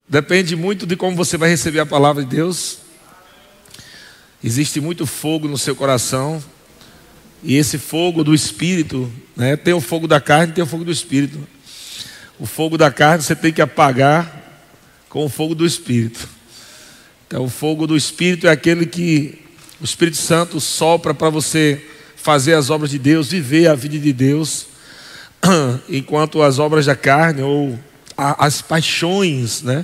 Depende muito de como você vai receber a palavra de Deus. Existe muito fogo no seu coração. E esse fogo do Espírito, né? Tem o fogo da carne e tem o fogo do Espírito. O fogo da carne você tem que apagar com o fogo do Espírito. Então o fogo do Espírito é aquele que o Espírito Santo sopra para você fazer as obras de Deus, viver a vida de Deus, enquanto as obras da carne ou as paixões, né,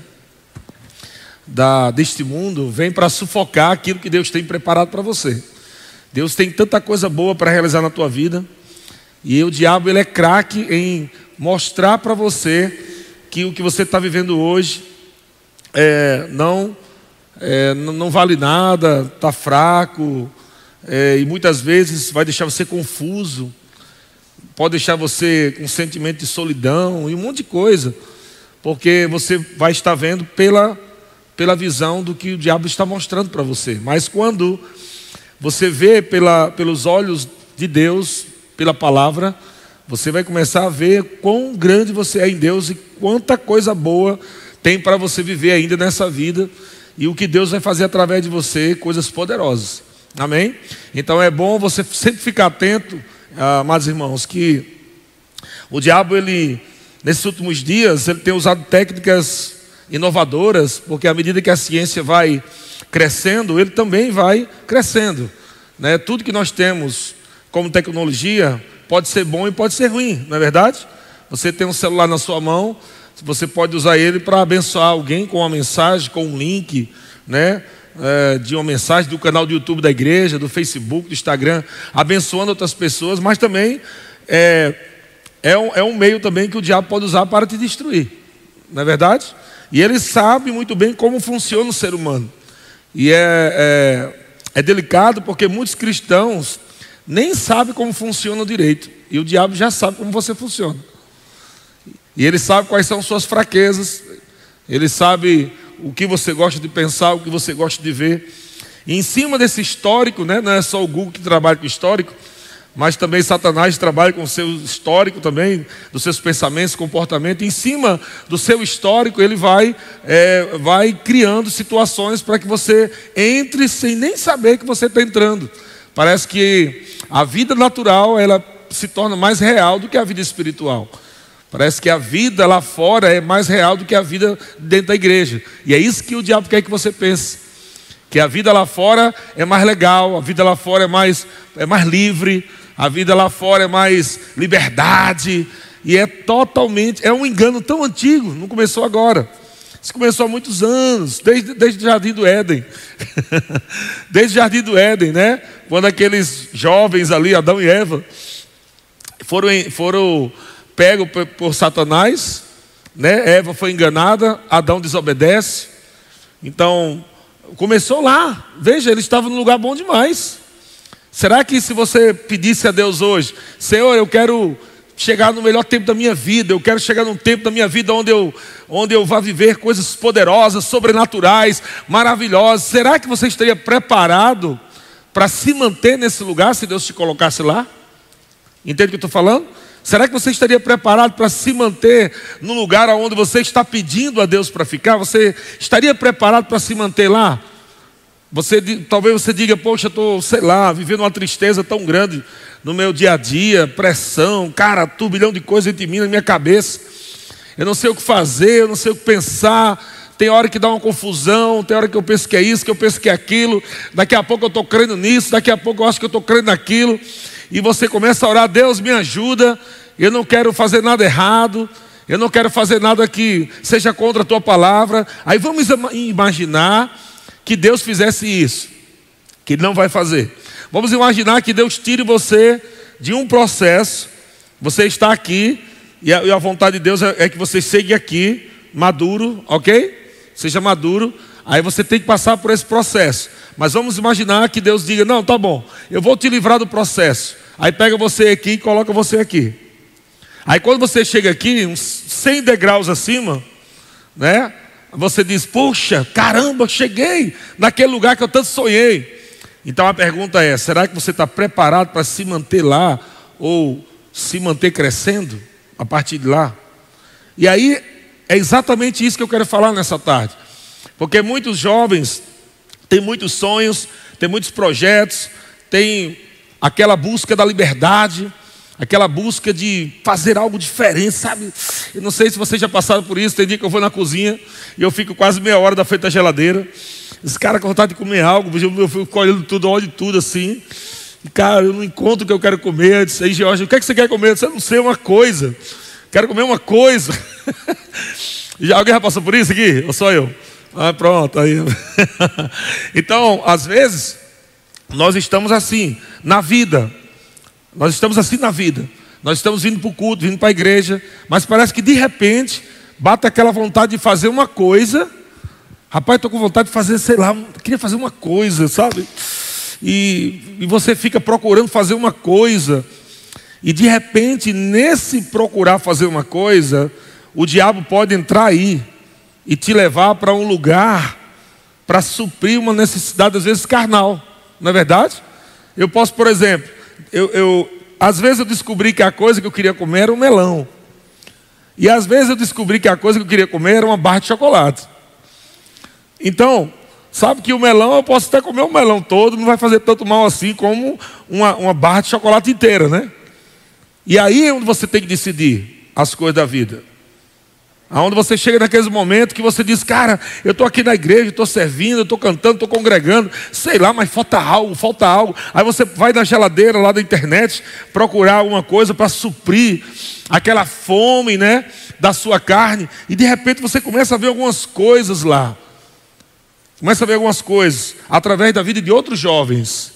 deste mundo vêm para sufocar aquilo que Deus tem preparado para você. Deus tem tanta coisa boa para realizar na tua vida, e o diabo ele é craque em mostrar para você que o que você está vivendo hoje não vale nada, está fraco, e muitas vezes vai deixar você confuso, pode deixar você com um sentimento de solidão e um monte de coisa, porque você vai estar vendo pela visão do que o diabo está mostrando para você. Mas quando você vê pelos olhos de Deus, pela palavra, você vai começar a ver quão grande você é em Deus e quanta coisa boa tem para você viver ainda nessa vida, e o que Deus vai fazer através de você, coisas poderosas. Amém? Então é bom você sempre ficar atento, amados irmãos, que o diabo, nesses últimos dias, ele tem usado técnicas inovadoras, porque à medida que a ciência vai crescendo, ele também vai crescendo, né? Tudo que nós temos como tecnologia pode ser bom e pode ser ruim, não é verdade? Você tem um celular na sua mão, você pode usar ele para abençoar alguém com uma mensagem, com um link, né? De uma mensagem do canal do YouTube da igreja, do Facebook, do Instagram, abençoando outras pessoas, mas também é um meio também que o diabo pode usar para te destruir, não é verdade? E ele sabe muito bem como funciona o ser humano. E é delicado porque muitos cristãos nem sabem como funciona direito, e o diabo já sabe como você funciona. E ele sabe quais são suas fraquezas, ele sabe o que você gosta de pensar, o que você gosta de ver. E em cima desse histórico, né, não é só o Google que trabalha com histórico, mas também Satanás trabalha com o seu histórico também, dos seus pensamentos, comportamento. Em cima do seu histórico, ele vai criando situações para que você entre sem nem saber que você está entrando. Parece que a vida natural, ela se torna mais real do que a vida espiritual. Parece que a vida lá fora é mais real do que a vida dentro da igreja. E é isso que o diabo quer que você pense. Que a vida lá fora é mais legal, a vida lá fora é mais livre, a vida lá fora é mais liberdade. E é um engano tão antigo, não começou agora. Isso começou há muitos anos, desde o Jardim do Éden. Desde o Jardim do Éden, né? Quando aqueles jovens ali, Adão e Eva, foram pegos por Satanás, né? Eva foi enganada, Adão desobedece. Então, começou lá. Veja, eles estavam num lugar bom demais. Será que se você pedisse a Deus hoje, Senhor, eu quero chegar no melhor tempo da minha vida, eu quero chegar num tempo da minha vida onde eu vá viver coisas poderosas, sobrenaturais, maravilhosas, será que você estaria preparado para se manter nesse lugar se Deus te colocasse lá? Entende o que eu estou falando? Será que você estaria preparado para se manter no lugar onde você está pedindo a Deus para ficar? Você estaria preparado para se manter lá? Talvez você diga, poxa, eu estou, sei lá, vivendo uma tristeza tão grande no meu dia a dia, pressão, cara, turbilhão de coisas entre mim na minha cabeça. Eu não sei o que fazer, eu não sei o que pensar. Tem hora que dá uma confusão, tem hora que eu penso que é isso, que eu penso que é aquilo. Daqui a pouco eu estou crendo nisso, daqui a pouco eu acho que eu estou crendo naquilo. E você começa a orar, Deus me ajuda, eu não quero fazer nada errado, eu não quero fazer nada que seja contra a tua palavra. Aí vamos imaginar que Deus fizesse isso, que Ele não vai fazer. Vamos imaginar que Deus tire você de um processo, você está aqui, e a vontade de Deus é que você chegue aqui, maduro, ok? Seja maduro, aí você tem que passar por esse processo. Mas vamos imaginar que Deus diga, não, tá bom, eu vou te livrar do processo. Aí pega você aqui e coloca você aqui. Aí quando você chega aqui, uns 100 degraus acima, né? Você diz, puxa, caramba, cheguei naquele lugar que eu tanto sonhei. Então a pergunta é, será que você está preparado para se manter lá? Ou se manter crescendo a partir de lá? E aí é exatamente isso que eu quero falar nessa tarde. Porque muitos jovens têm muitos sonhos, têm muitos projetos, têm aquela busca da liberdade, aquela busca de fazer algo diferente, sabe? Eu não sei se vocês já passaram por isso. Tem dia que eu vou na cozinha e eu fico quase meia hora da frente da geladeira. Esse cara com vontade de comer algo, eu fico olhando tudo, olho tudo assim. E, cara, eu não encontro o que eu quero comer. Eu disse, aí, Jorge, o que é que você quer comer? Eu disse, eu não sei, uma coisa. Quero comer uma coisa. Alguém já passou por isso aqui? Ou só eu? Ah, pronto. Aí. Então, às vezes, nós estamos assim na vida. Nós estamos assim na vida. Nós estamos vindo para o culto, vindo para a igreja, mas parece que de repente bate aquela vontade de fazer uma coisa. Rapaz, estou com vontade de fazer, sei lá, queria fazer uma coisa, sabe? E você fica procurando fazer uma coisa. E de repente, nesse procurar fazer uma coisa, o diabo pode entrar aí e te levar para um lugar para suprir uma necessidade, às vezes, carnal. Não é verdade? Eu posso, por exemplo, às vezes eu descobri que a coisa que eu queria comer era um melão. E às vezes eu descobri que a coisa que eu queria comer era uma barra de chocolate. Então, sabe que o melão, eu posso até comer o melão todo, não vai fazer tanto mal assim como uma barra de chocolate inteira, né? E aí é onde você tem que decidir as coisas da vida. Aonde você chega naqueles momentos que você diz, cara, eu estou aqui na igreja, estou servindo, estou cantando, estou congregando, sei lá, mas falta algo, falta algo. Aí você vai na geladeira lá da internet procurar alguma coisa para suprir aquela fome, né, da sua carne. E de repente você começa a ver algumas coisas lá. Começa a ver algumas coisas através da vida de outros jovens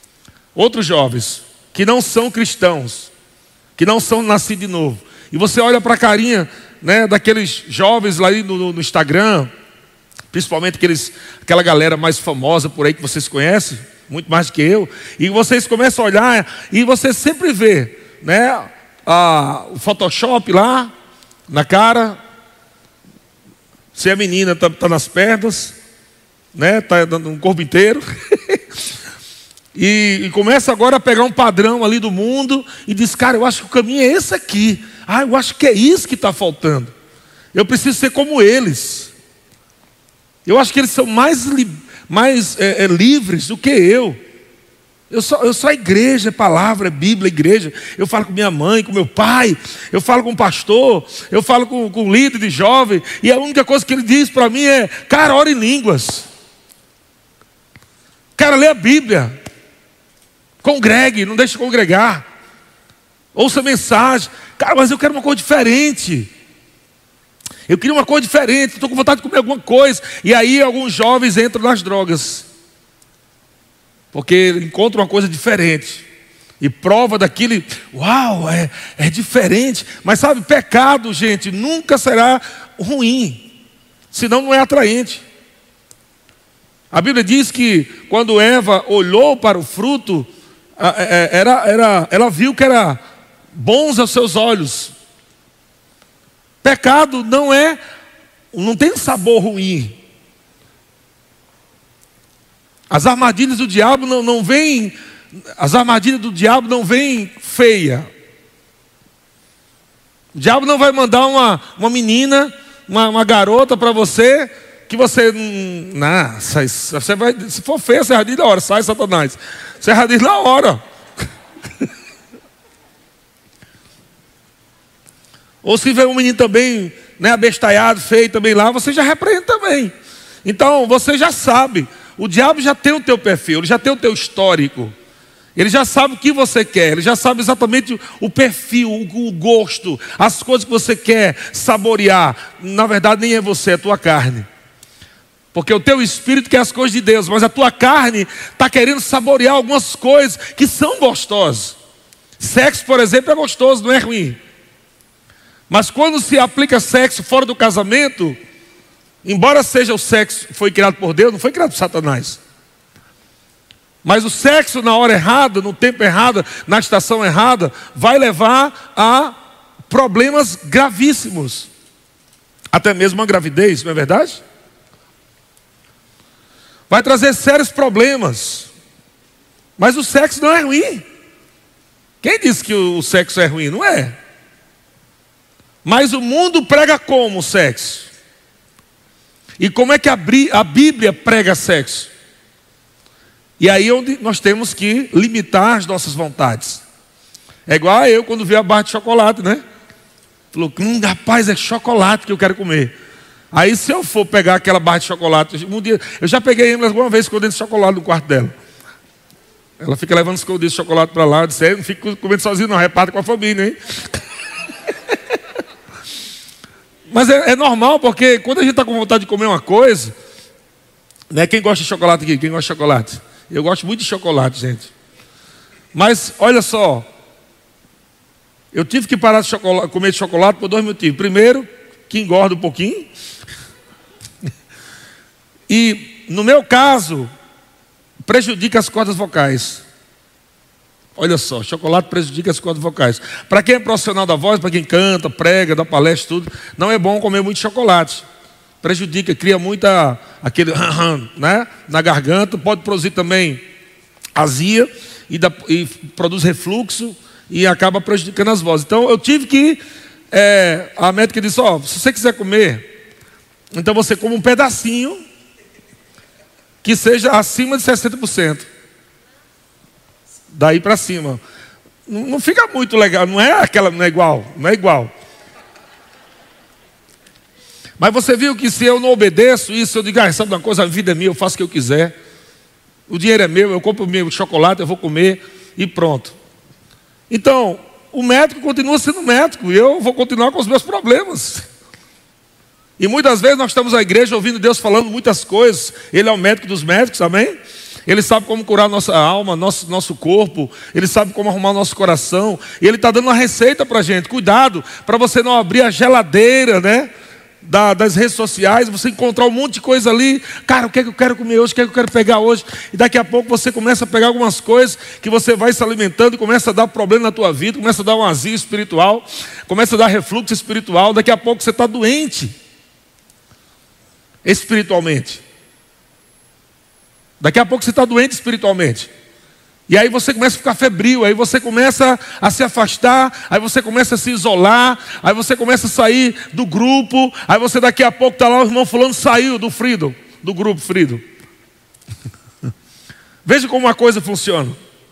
que não são cristãos, que não são nascidos de novo. E você olha para a carinha, né, daqueles jovens lá no Instagram, principalmente aquela galera mais famosa por aí que vocês conhecem, muito mais do que eu, e vocês começam a olhar e você sempre vê, né, o Photoshop lá na cara, se a menina tá nas pernas, né, tá no corpo inteiro. E começa agora a pegar um padrão ali do mundo e diz, cara, eu acho que o caminho é esse aqui. Ah, eu acho que é isso que está faltando. Eu preciso ser como eles. Eu acho que eles são mais livres do que eu. Eu sou a igreja, palavra, Bíblia, igreja. Eu falo com minha mãe, com meu pai. Eu falo com o pastor. Eu falo com o líder de jovem. E a única coisa que ele diz para mim é, cara, ora em línguas. Cara, lê a Bíblia. Congregue, não deixe de congregar. Ouça a mensagem. Cara, mas eu quero uma coisa diferente. Eu queria uma coisa diferente. Estou com vontade de comer alguma coisa. E aí alguns jovens entram nas drogas. Porque encontram uma coisa diferente. E prova daquele, uau, é diferente. Mas sabe, pecado, gente, nunca será ruim. Senão não é atraente. A Bíblia diz que quando Eva olhou para o fruto, ela viu que era bons aos seus olhos. Pecado não tem sabor ruim. As armadilhas do diabo não vêm, as armadilhas do diabo não vêm feia. O diabo não vai mandar uma menina, uma garota para você, que você não, você vai, se for feia, você já diz na hora, sai Satanás. Você já diz na hora. Ou se vê um menino também, né, abestalhado, feio também lá, você já repreende também. Então você já sabe. O diabo já tem o teu perfil, ele já tem o teu histórico. Ele já sabe o que você quer, ele já sabe exatamente o perfil, o gosto, as coisas que você quer saborear. Na verdade nem é você, é a tua carne. Porque o teu espírito quer as coisas de Deus, mas a tua carne está querendo saborear algumas coisas que são gostosas. Sexo, por exemplo, é gostoso, não é ruim. Mas quando se aplica sexo fora do casamento, embora seja o sexo que foi criado por Deus, não foi criado por Satanás. Mas o sexo na hora errada, no tempo errado, na estação errada, vai levar a problemas gravíssimos. Até mesmo uma gravidez, não é verdade? Vai trazer sérios problemas. Mas o sexo não é ruim. Quem disse que o sexo é ruim? Não é. Mas o mundo prega como sexo? E como é que a Bíblia prega sexo? E aí é onde nós temos que limitar as nossas vontades. É igual a eu quando vi a barra de chocolate, né? Falou, rapaz, é chocolate que eu quero comer. Aí se eu for pegar aquela barra de chocolate, um dia, eu já peguei ela alguma vez escondendo chocolate no quarto dela. Ela fica levando escondido chocolate para lá, eu disse, não fico comendo sozinho não, reparte com a família, hein? Mas é normal, porque quando a gente está com vontade de comer uma coisa, né? Quem gosta de chocolate aqui? Quem gosta de chocolate? Eu gosto muito de chocolate, gente. Mas, olha só, eu tive que parar de comer chocolate por 2 motivos. Primeiro, que engorda um pouquinho. E, no meu caso, prejudica as cordas vocais. Olha só, chocolate prejudica as cordas vocais. Para quem é profissional da voz, para quem canta, prega, dá palestra, tudo, não é bom comer muito chocolate. Prejudica, cria muita aquele né, na garganta, pode produzir também azia e produz refluxo e acaba prejudicando as vozes. Então eu tive que a médica disse, se você quiser comer, então você come um pedacinho que seja acima de 60%. Daí para cima. Não fica muito legal, não é igual. Mas você viu que se eu não obedeço isso, eu digo, sabe uma coisa, a vida é minha, eu faço o que eu quiser. O dinheiro é meu, eu compro o meu chocolate, eu vou comer e pronto. Então, o médico continua sendo médico e eu vou continuar com os meus problemas. E muitas vezes nós estamos na igreja ouvindo Deus falando muitas coisas. Ele é o médico dos médicos, amém? Ele sabe como curar nossa alma, nosso corpo. Ele sabe como arrumar o nosso coração. E Ele está dando uma receita para a gente. Cuidado para você não abrir a geladeira, né? Das redes sociais, você encontrar um monte de coisa ali. Cara, o que é que eu quero comer hoje? O que é que eu quero pegar hoje? E daqui a pouco você começa a pegar algumas coisas que você vai se alimentando e começa a dar problema na tua vida, começa a dar um azia espiritual, começa a dar refluxo espiritual. Daqui a pouco você está doente espiritualmente. Daqui a pouco você está doente espiritualmente. E aí você começa a ficar febril, aí você começa a se afastar, aí você começa a se isolar, aí você começa a sair do grupo, aí você daqui a pouco está lá, o irmão fulano saiu do grupo Frido. Veja como uma coisa funciona.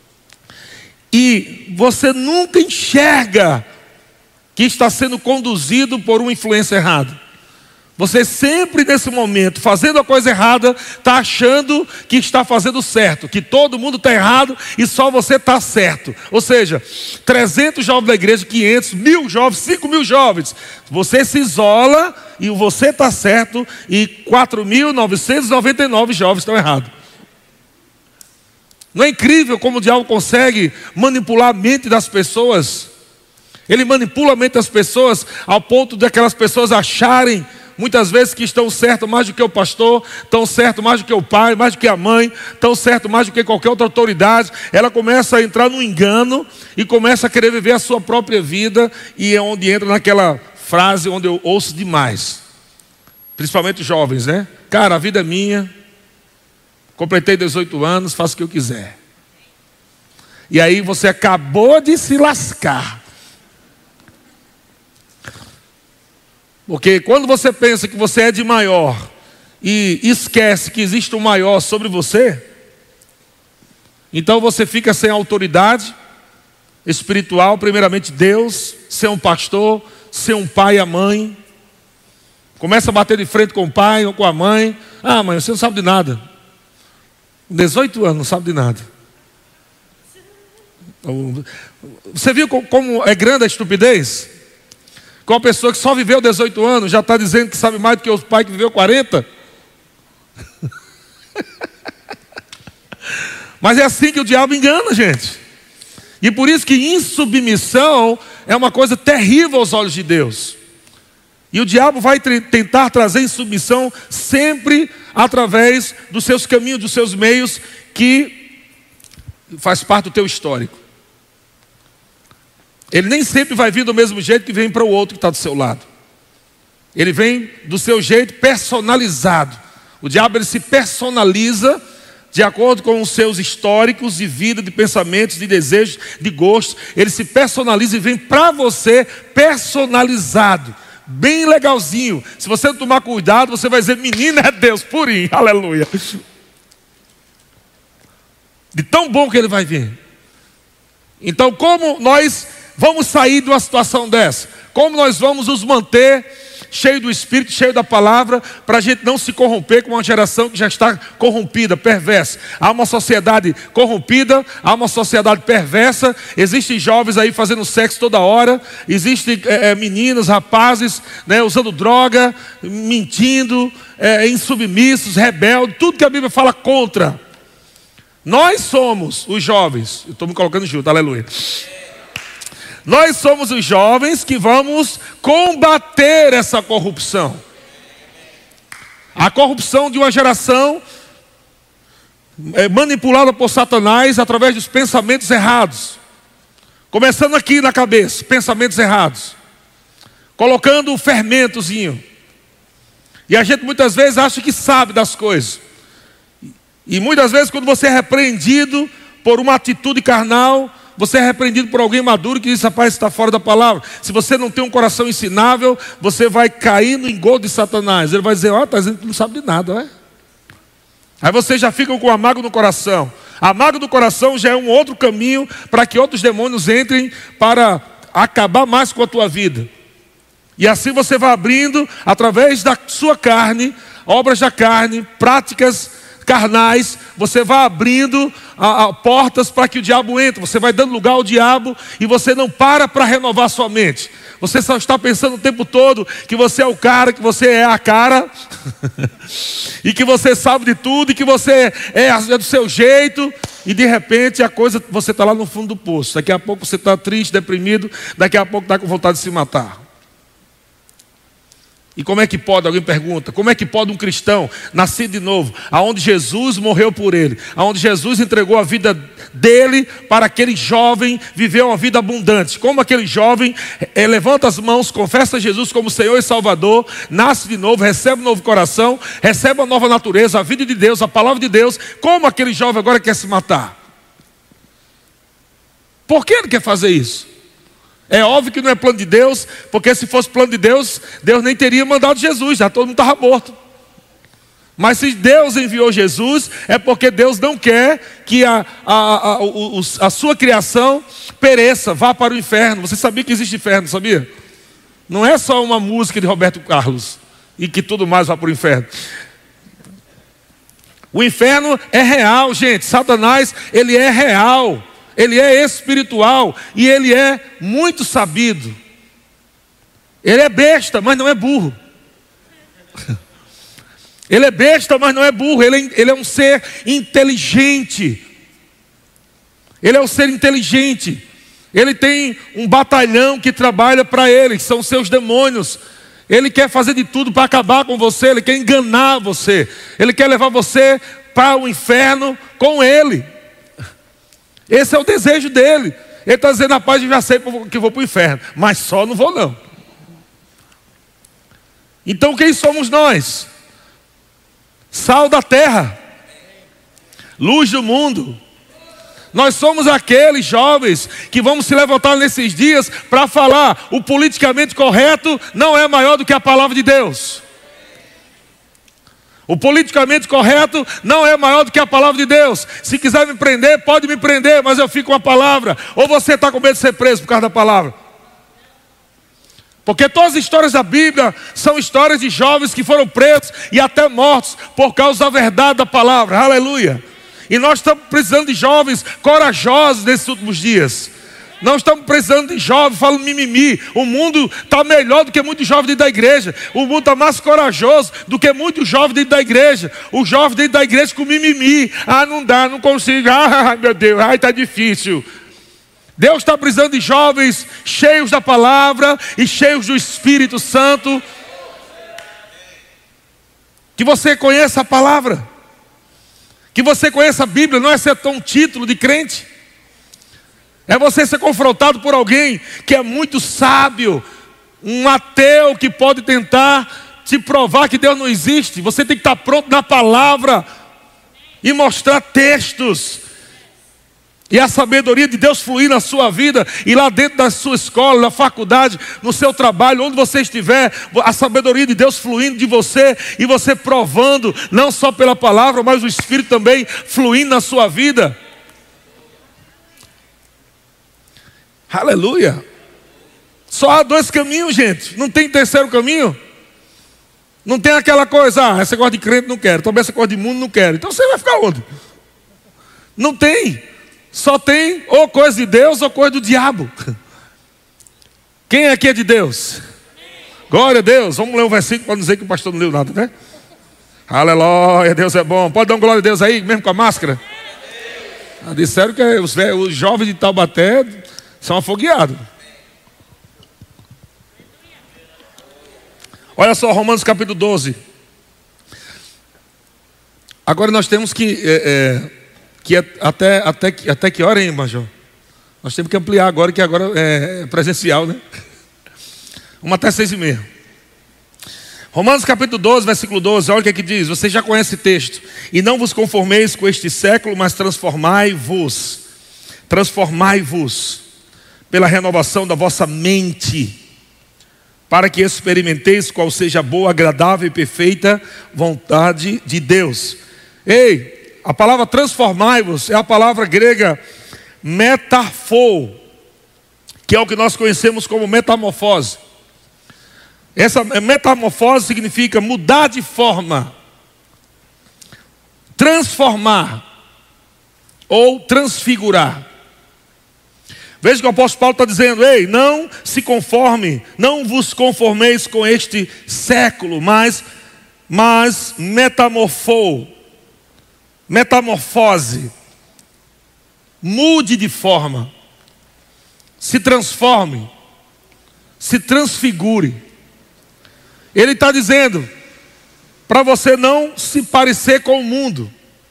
E você nunca enxerga que está sendo conduzido por uma influência errada. Você sempre nesse momento, fazendo a coisa errada, está achando que está fazendo certo, que todo mundo está errado e só você está certo. Ou seja, 300 jovens da igreja, 500, 1.000 jovens, 5.000 jovens. Você se isola e você está certo e 4.999 jovens estão errados. Não é incrível como o diabo consegue manipular a mente das pessoas? Ele manipula a mente das pessoas ao ponto de aquelas pessoas acharem muitas vezes que estão certos mais do que o pastor, estão certos mais do que o pai, mais do que a mãe, estão certos mais do que qualquer outra autoridade. Ela começa a entrar no engano e começa a querer viver a sua própria vida. E é onde entra naquela frase onde eu ouço demais, principalmente jovens, né? Cara, a vida é minha, completei 18 anos, faço o que eu quiser. E aí você acabou de se lascar. Porque quando você pensa que você é de maior e esquece que existe um maior sobre você, então você fica sem autoridade espiritual, primeiramente Deus, sem um pastor, sem um pai e a mãe. Começa a bater de frente com o pai ou com a mãe. Ah, mãe, você não sabe de nada. 18 anos, não sabe de nada. Você viu como é grande a estupidez? Com uma pessoa que só viveu 18 anos, já está dizendo que sabe mais do que o pai que viveu 40. Mas é assim que o diabo engana, gente. E por isso que insubmissão é uma coisa terrível aos olhos de Deus. E o diabo vai tentar trazer insubmissão sempre através dos seus caminhos, dos seus meios, que faz parte do teu histórico. Ele nem sempre vai vir do mesmo jeito que vem para o outro que está do seu lado. Ele vem do seu jeito personalizado. O diabo ele se personaliza de acordo com os seus históricos de vida, de pensamentos, de desejos, de gostos. Ele se personaliza e vem para você personalizado, bem legalzinho. Se você não tomar cuidado, você vai dizer: menino é Deus, purinho, aleluia. De tão bom que ele vai vir. Então, como nós vamos sair de uma situação dessa? Como nós vamos nos manter cheio do Espírito, cheio da palavra, para a gente não se corromper com uma geração que já está corrompida, perversa? Há uma sociedade corrompida, há uma sociedade perversa. Existem jovens aí fazendo sexo toda hora, existem meninos, rapazes, né, usando droga, mentindo, insubmissos, rebeldes, tudo que a Bíblia fala contra. Nós somos os jovens, eu estou me colocando junto, aleluia. Nós somos os jovens que vamos combater essa corrupção. A corrupção de uma geração manipulada por Satanás através dos pensamentos errados. Começando aqui na cabeça, pensamentos errados. Colocando o fermentozinho. E a gente muitas vezes acha que sabe das coisas. E muitas vezes quando você é repreendido por uma atitude carnal, você é repreendido por alguém maduro que diz: rapaz, você está fora da palavra. Se você não tem um coração ensinável, você vai cair no engodo de Satanás. Ele vai dizer: ó, tá dizendo que não sabe de nada, né? Aí você já fica com o amargo no coração. Amargo do coração já é um outro caminho para que outros demônios entrem para acabar mais com a tua vida. E assim você vai abrindo, através da sua carne, obras da carne, práticas carnais, você vai abrindo portas para que o diabo entre. Você vai dando lugar ao diabo e você não para renovar sua mente. Você só está pensando o tempo todo que você é o cara, que você é a cara e que você sabe de tudo, e que você é do seu jeito. E de repente a coisa, você está lá no fundo do poço. Daqui a pouco você está triste, deprimido. Daqui a pouco está com vontade de se matar. E como é que pode, alguém pergunta, como é que pode um cristão nascer de novo, aonde Jesus morreu por ele, aonde Jesus entregou a vida dele para aquele jovem viver uma vida abundante? Como aquele jovem levanta as mãos, confessa Jesus como Senhor e Salvador, nasce de novo, recebe um novo coração, recebe uma nova natureza, a vida de Deus, a palavra de Deus. Como aquele jovem agora quer se matar? Por que ele quer fazer isso? É óbvio que não é plano de Deus, porque se fosse plano de Deus, Deus nem teria mandado Jesus, já todo mundo estava morto. Mas se Deus enviou Jesus, é porque Deus não quer que a sua criação pereça, vá para o inferno. Você sabia que existe inferno, sabia? Não é só uma música de Roberto Carlos e que tudo mais vá para o inferno. O inferno é real, gente. Satanás, ele é real. Ele é espiritual e ele é muito sabido. Ele é besta, mas não é burro. Ele é besta, mas não é burro. Ele é um ser inteligente. Ele é um ser inteligente. Ele tem um batalhão que trabalha para ele, que são seus demônios. Ele quer fazer de tudo para acabar com você. Ele quer enganar você. Ele quer levar você para o inferno com ele. Esse é o desejo dele. Ele está dizendo: rapaz, eu já sei que vou para o inferno, mas só não vou não. Então quem somos nós? Sal da terra, luz do mundo. Nós somos aqueles jovens que vamos se levantar nesses dias para falar: o politicamente correto não é maior do que a palavra de Deus. O politicamente correto não é maior do que a palavra de Deus. Se quiser me prender, pode me prender, mas eu fico com a palavra. Ou você está com medo de ser preso por causa da palavra? Porque todas as histórias da Bíblia são histórias de jovens que foram presos e até mortos por causa da verdade da palavra. Aleluia. E nós estamos precisando de jovens corajosos nesses últimos dias. Não estamos precisando de jovens falando mimimi. O mundo está melhor do que muitos jovens dentro da igreja. O mundo está mais corajoso do que muitos jovens dentro da igreja. Os jovens dentro da igreja com mimimi. Ah, não dá, não consigo. Ah, meu Deus, está difícil. Deus está precisando de jovens cheios da palavra e cheios do Espírito Santo. Que você conheça a palavra. Que você conheça a Bíblia. Não é ser tão título de crente. É você ser confrontado por alguém que é muito sábio, um ateu que pode tentar te provar que Deus não existe. Você tem que estar pronto na palavra e mostrar textos. E a sabedoria de Deus fluir na sua vida, e lá dentro da sua escola, na faculdade, no seu trabalho, onde você estiver, a sabedoria de Deus fluindo de você, e você provando, não só pela palavra, mas o Espírito também fluindo na sua vida. Aleluia. Só há dois caminhos, gente. Não tem terceiro caminho. Não tem aquela coisa, essa coisa de crente não quero, também essa coisa de mundo não quero. Então você vai ficar onde? Não tem. Só tem ou coisa de Deus ou coisa do diabo. Quem aqui é de Deus? Glória a Deus. Vamos ler um versículo para não dizer que o pastor não leu nada, né? Aleluia, Deus é bom. Pode dar um glória a Deus aí, mesmo com a máscara? Disseram que os jovens de Taubaté são afogueados. Olha só, Romanos capítulo 12. Agora nós temos que até que hora, hein, Major? Nós temos que ampliar agora, que agora é presencial, né? Vamos até 6:30. Romanos capítulo 12, versículo 12, olha o que aqui diz. Você já conhece o texto. E não vos conformeis com este século, mas transformai-vos pela renovação da vossa mente, para que experimenteis qual seja a boa, agradável e perfeita vontade de Deus. Ei, a palavra transformai-vos é a palavra grega metamorfo, que é o que nós conhecemos como metamorfose. Essa metamorfose significa mudar de forma, transformar ou transfigurar. Veja que o apóstolo Paulo está dizendo: ei, não se conforme, não vos conformeis com este século, mas metamorfose, mude de forma, se transforme, se transfigure. Ele está dizendo para você não se parecer com o mundo.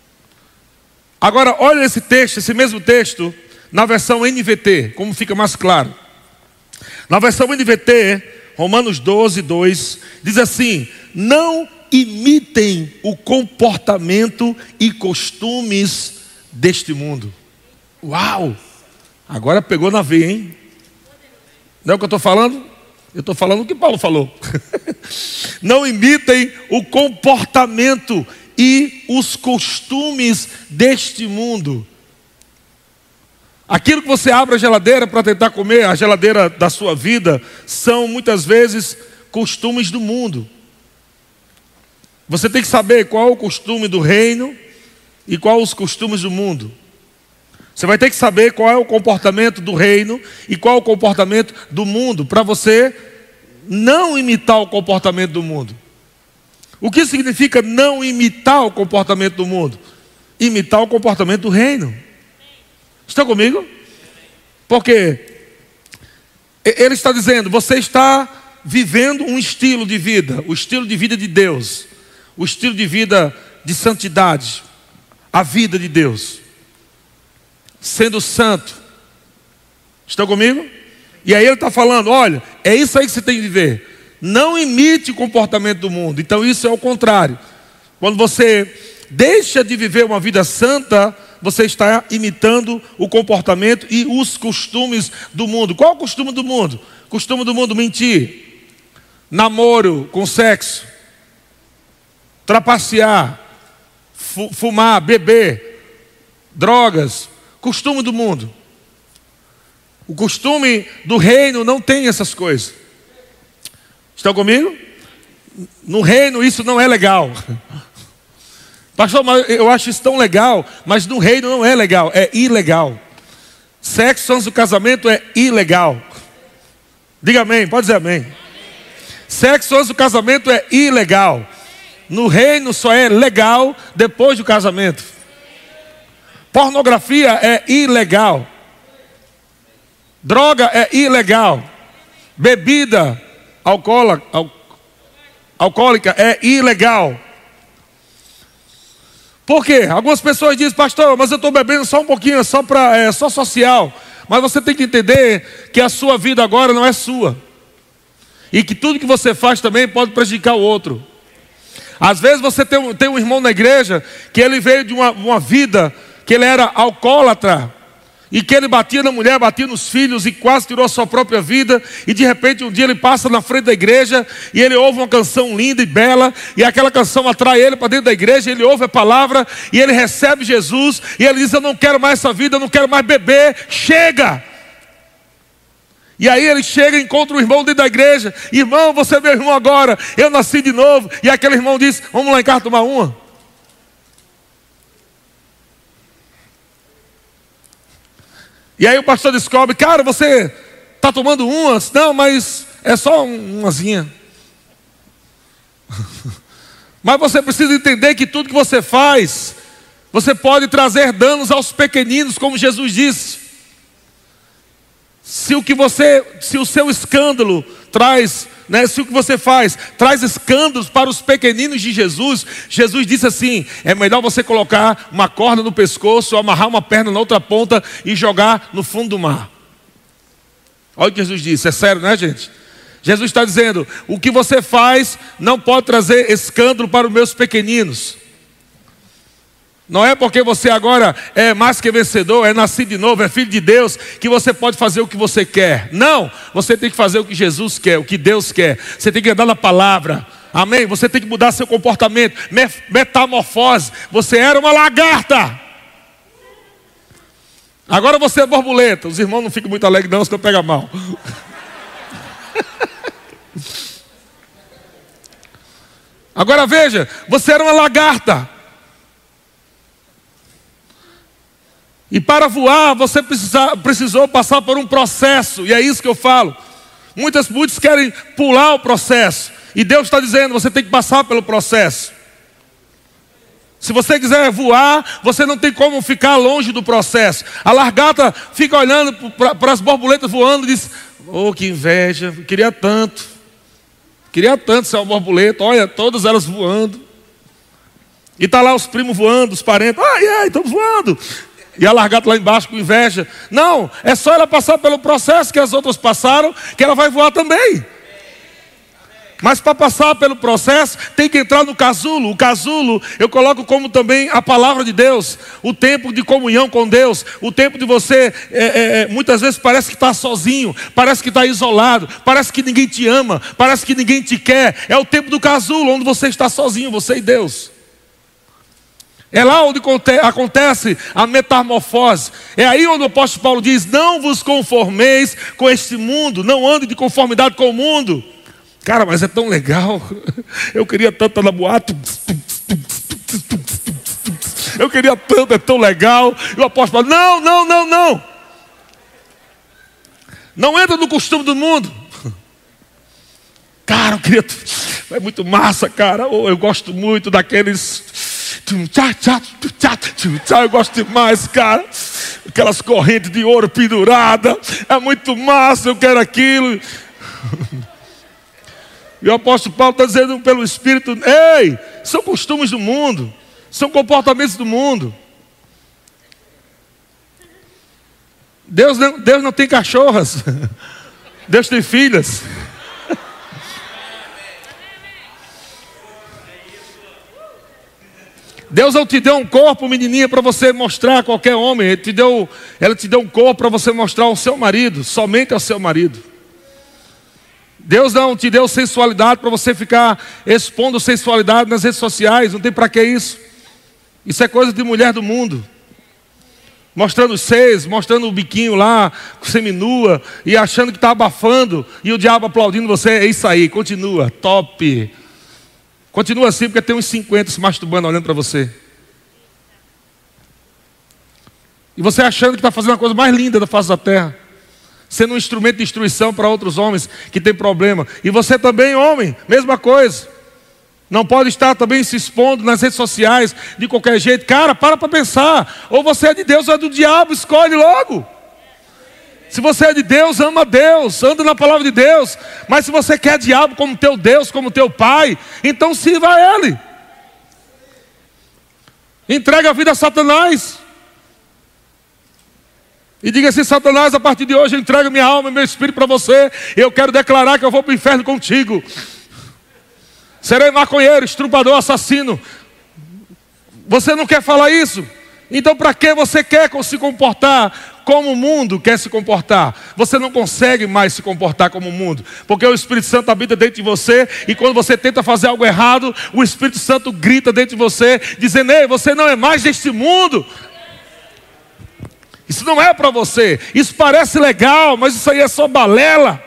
Agora olha esse texto, esse mesmo texto, na versão NVT, como fica mais claro. Na versão NVT, Romanos 12, 2, diz assim: não imitem o comportamento e costumes deste mundo. Uau! Agora pegou na veia, hein? Não é o que eu estou falando? Eu estou falando o que Paulo falou. Não imitem o comportamento e os costumes deste mundo. Aquilo que você abre a geladeira para tentar comer, a geladeira da sua vida, são muitas vezes costumes do mundo. Você tem que saber qual é o costume do reino e qual os costumes do mundo. Você vai ter que saber qual é o comportamento do reino e qual é o comportamento do mundo, para você não imitar o comportamento do mundo. O que significa não imitar o comportamento do mundo? Imitar o comportamento do reino. Estão comigo? Porque ele está dizendo: você está vivendo um estilo de vida, o estilo de vida de Deus, o estilo de vida de santidade, a vida de Deus, sendo santo. Estão comigo? E aí ele está falando: olha, é isso aí que você tem que viver. Não imite o comportamento do mundo. Então isso é o contrário. Quando você deixa de viver uma vida santa, você está imitando o comportamento e os costumes do mundo. Qual é o costume do mundo? Costume do mundo: mentir, namoro com sexo, trapacear, fumar, beber, drogas. Costume do mundo. O costume do reino não tem essas coisas. Estão comigo? No reino isso não é legal. Pastor, mas eu acho isso tão legal, mas no reino não é legal, é ilegal. Sexo antes do casamento é ilegal. Diga amém, pode dizer amém. Sexo antes do casamento é ilegal. No reino só é legal depois do casamento. Pornografia é ilegal. Droga é ilegal. Bebida alcoólica é ilegal. Por quê? Algumas pessoas dizem: pastor, mas eu estou bebendo só um pouquinho, só social. Mas você tem que entender que a sua vida agora não é sua. E que tudo que você faz também pode prejudicar o outro. Às vezes você tem um irmão na igreja que ele veio de uma vida que ele era alcoólatra, e que ele batia na mulher, batia nos filhos e quase tirou a sua própria vida. E de repente um dia ele passa na frente da igreja e ele ouve uma canção linda e bela, e aquela canção atrai ele para dentro da igreja. Ele ouve a palavra e ele recebe Jesus, e ele diz: eu não quero mais essa vida, eu não quero mais beber, chega. E aí ele chega e encontra um irmão dentro da igreja: irmão, você é meu irmão agora, eu nasci de novo. E aquele irmão diz: vamos lá em casa tomar uma. E aí o pastor descobre: cara, você está tomando umas? Não, mas é só umazinha. Mas você precisa entender que tudo que você faz, você pode trazer danos aos pequeninos, como Jesus disse. Se o seu escândalo traz, se o que você faz traz escândalos para os pequeninos de Jesus, Jesus disse assim: é melhor você colocar uma corda no pescoço, amarrar uma perna na outra ponta e jogar no fundo do mar. Olha o que Jesus disse, é sério, né, gente? Jesus está dizendo: o que você faz não pode trazer escândalo para os meus pequeninos. Não é porque você agora é mais que vencedor, é nascido de novo, é filho de Deus, que você pode fazer o que você quer. Não, você tem que fazer o que Jesus quer, o que Deus quer. Você tem que andar na palavra, amém? Você tem que mudar seu comportamento, metamorfose. Você era uma lagarta, agora você é borboleta. Os irmãos não ficam muito alegres não, senão pega mal. Agora veja, você era uma lagarta, e para voar você precisou passar por um processo. E é isso que eu falo. Muitos querem pular o processo, e Deus está dizendo: você tem que passar pelo processo. Se você quiser voar, você não tem como ficar longe do processo. A lagarta fica olhando para as borboletas voando e diz: oh, que inveja, eu queria tanto ser uma borboleta. Olha, todas elas voando. E está lá os primos voando, os parentes: ai, estão voando. E a lagarta lá embaixo com inveja. Não, é só ela passar pelo processo que as outras passaram, que ela vai voar também. Mas para passar pelo processo, tem que entrar no casulo. O casulo eu coloco como também a palavra de Deus, o tempo de comunhão com Deus, o tempo de você, muitas vezes parece que está sozinho, parece que está isolado, parece que ninguém te ama, parece que ninguém te quer. É o tempo do casulo, onde você está sozinho, você e Deus. É lá onde acontece a metamorfose. É aí onde o apóstolo Paulo diz: não vos conformeis com este mundo, não ande de conformidade com o mundo. Cara, mas é tão legal. Eu queria tanto estar na boate. Eu queria tanto, é tão legal. E o apóstolo fala: não. Não entra no costume do mundo. Cara, eu queria... é muito massa, cara. Eu gosto muito daqueles... eu gosto demais, cara. Aquelas correntes de ouro penduradas. É muito massa, eu quero aquilo. E o apóstolo Paulo está dizendo pelo Espírito: ei, são costumes do mundo, são comportamentos do mundo. Deus não tem cachorras. Deus tem filhas. Deus não te deu um corpo, menininha, para você mostrar a qualquer homem. Ela te deu um corpo para você mostrar ao seu marido, somente ao seu marido. Deus não te deu sensualidade para você ficar expondo sensualidade nas redes sociais. Não tem para que isso. Isso é coisa de mulher do mundo. Mostrando os seios, mostrando o biquinho lá, seminua, e achando que está abafando, e o diabo aplaudindo você. É isso aí, continua, top. Continua assim, porque tem uns 50 se masturbando olhando para você. E você achando que está fazendo a coisa mais linda da face da terra, sendo um instrumento de instrução para outros homens que tem problema. E você também, homem, mesma coisa. Não pode estar também se expondo nas redes sociais de qualquer jeito. Cara, para pensar. Ou você é de Deus ou é do diabo, escolhe logo. Se você é de Deus, ama Deus, anda na palavra de Deus. Mas se você quer diabo como teu Deus, como teu pai, então sirva a ele. Entrega a vida a Satanás. E diga assim: Satanás, a partir de hoje eu entrego minha alma e meu espírito para você. Eu quero declarar que eu vou para o inferno contigo. Serei maconheiro, estrupador, assassino. Você não quer falar isso? Então para que você quer se comportar como o mundo quer se comportar? Você não consegue mais se comportar como o mundo, porque o Espírito Santo habita dentro de você. E quando você tenta fazer algo errado, o Espírito Santo grita dentro de você, dizendo: ei, você não é mais deste mundo. Isso não é para você. Isso parece legal, mas isso aí é só balela.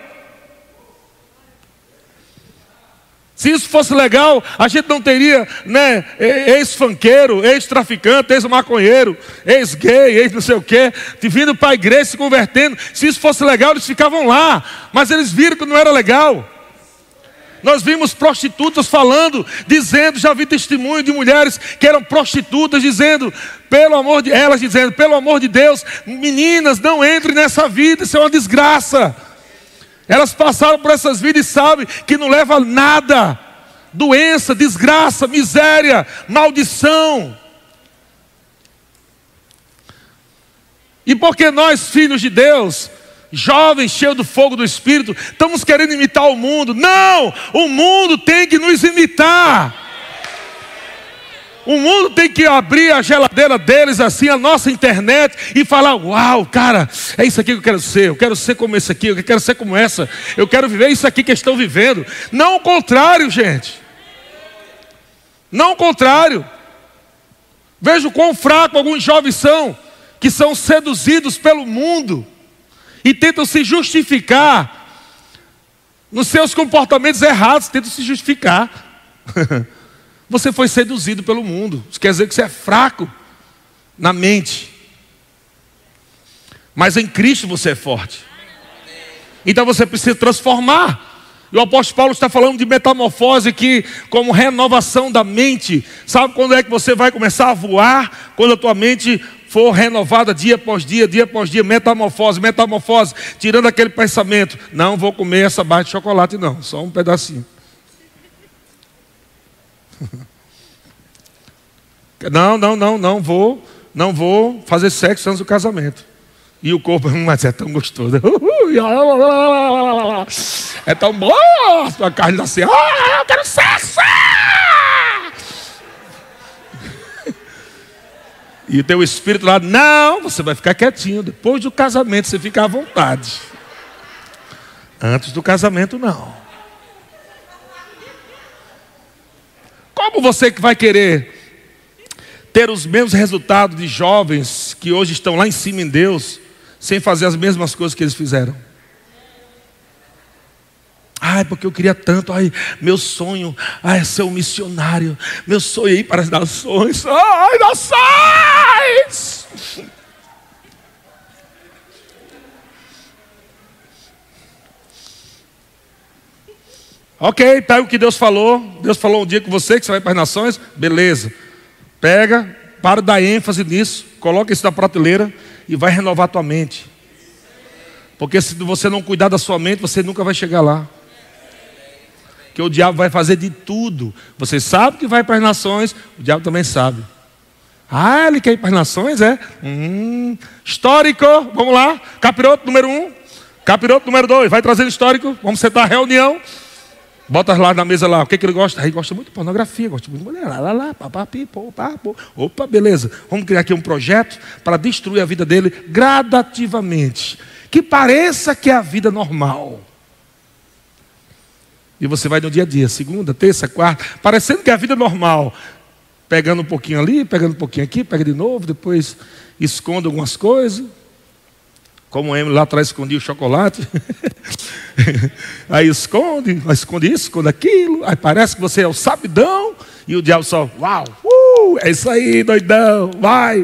Se isso fosse legal, a gente não teria, né, ex-funkeiro, ex-traficante, ex-maconheiro, ex-gay, ex-não sei o quê, vindo para a igreja se convertendo. Se isso fosse legal, eles ficavam lá. Mas eles viram que não era legal. Nós vimos prostitutas falando, dizendo, já vi testemunho de mulheres que eram prostitutas, dizendo, pelo amor de Deus, meninas, não entrem nessa vida, isso é uma desgraça. Elas passaram por essas vidas e sabem que não leva a nada. Doença, desgraça, miséria, maldição. E porque nós, filhos de Deus, jovens, cheios do fogo do Espírito, estamos querendo imitar o mundo. Não! O mundo tem que nos imitar. O mundo tem que abrir a geladeira deles, assim, a nossa internet, e falar: uau, cara, é isso aqui que eu quero ser. Eu quero ser como esse aqui, eu quero ser como essa. Eu quero viver isso aqui que eles estão vivendo. Não o contrário, gente. Não o contrário. Veja o quão fraco alguns jovens são, que são seduzidos pelo mundo e tentam se justificar nos seus comportamentos errados, tentam se justificar. Você foi seduzido pelo mundo. Isso quer dizer que você é fraco na mente. Mas em Cristo você é forte. Então você precisa transformar. E o apóstolo Paulo está falando de metamorfose aqui, como renovação da mente. Sabe quando é que você vai começar a voar? Quando a tua mente for renovada dia após dia, dia após dia. Metamorfose, metamorfose. Tirando aquele pensamento: não vou comer essa barra de chocolate não, só um pedacinho. Não vou fazer sexo antes do casamento. E o corpo, mas é tão gostoso. É tão bom. A carne assim, eu quero sexo. E o teu espírito lá: não, você vai ficar quietinho. Depois do casamento você fica à vontade. Antes do casamento não. Como você que vai querer ter os mesmos resultados de jovens que hoje estão lá em cima em Deus, sem fazer as mesmas coisas que eles fizeram? Ai, porque eu queria tanto. Ai, meu sonho é ser um missionário. Meu sonho é ir para as nações. Ai, nações! Ok, tá aí o que Deus falou. Deus falou um dia com você que você vai para as nações. Beleza. Pega, para de dar ênfase nisso. Coloca isso na prateleira e vai renovar a tua mente. Porque se você não cuidar da sua mente, você nunca vai chegar lá. Que o diabo vai fazer de tudo. Você sabe que vai para as nações, o diabo também sabe. Ah, ele quer ir para as nações, é? Histórico, vamos lá. Capiroto número 1, capiroto número 2. Vai trazendo histórico, vamos sentar a reunião. Bota lá na mesa lá, o que ele gosta? Ele gosta muito de pornografia, gosta muito de mulher, Opa, beleza. Vamos criar aqui um projeto para destruir a vida dele gradativamente. Que pareça que é a vida normal. E você vai no dia a dia, segunda, terça, quarta, parecendo que é a vida normal. Pegando um pouquinho ali, pegando um pouquinho aqui, pega de novo, depois esconde algumas coisas. Como o Emily lá atrás escondia o chocolate. Aí esconde isso, esconde aquilo. Aí parece que você é o sabidão. E o diabo só, uau, é isso aí, doidão, vai.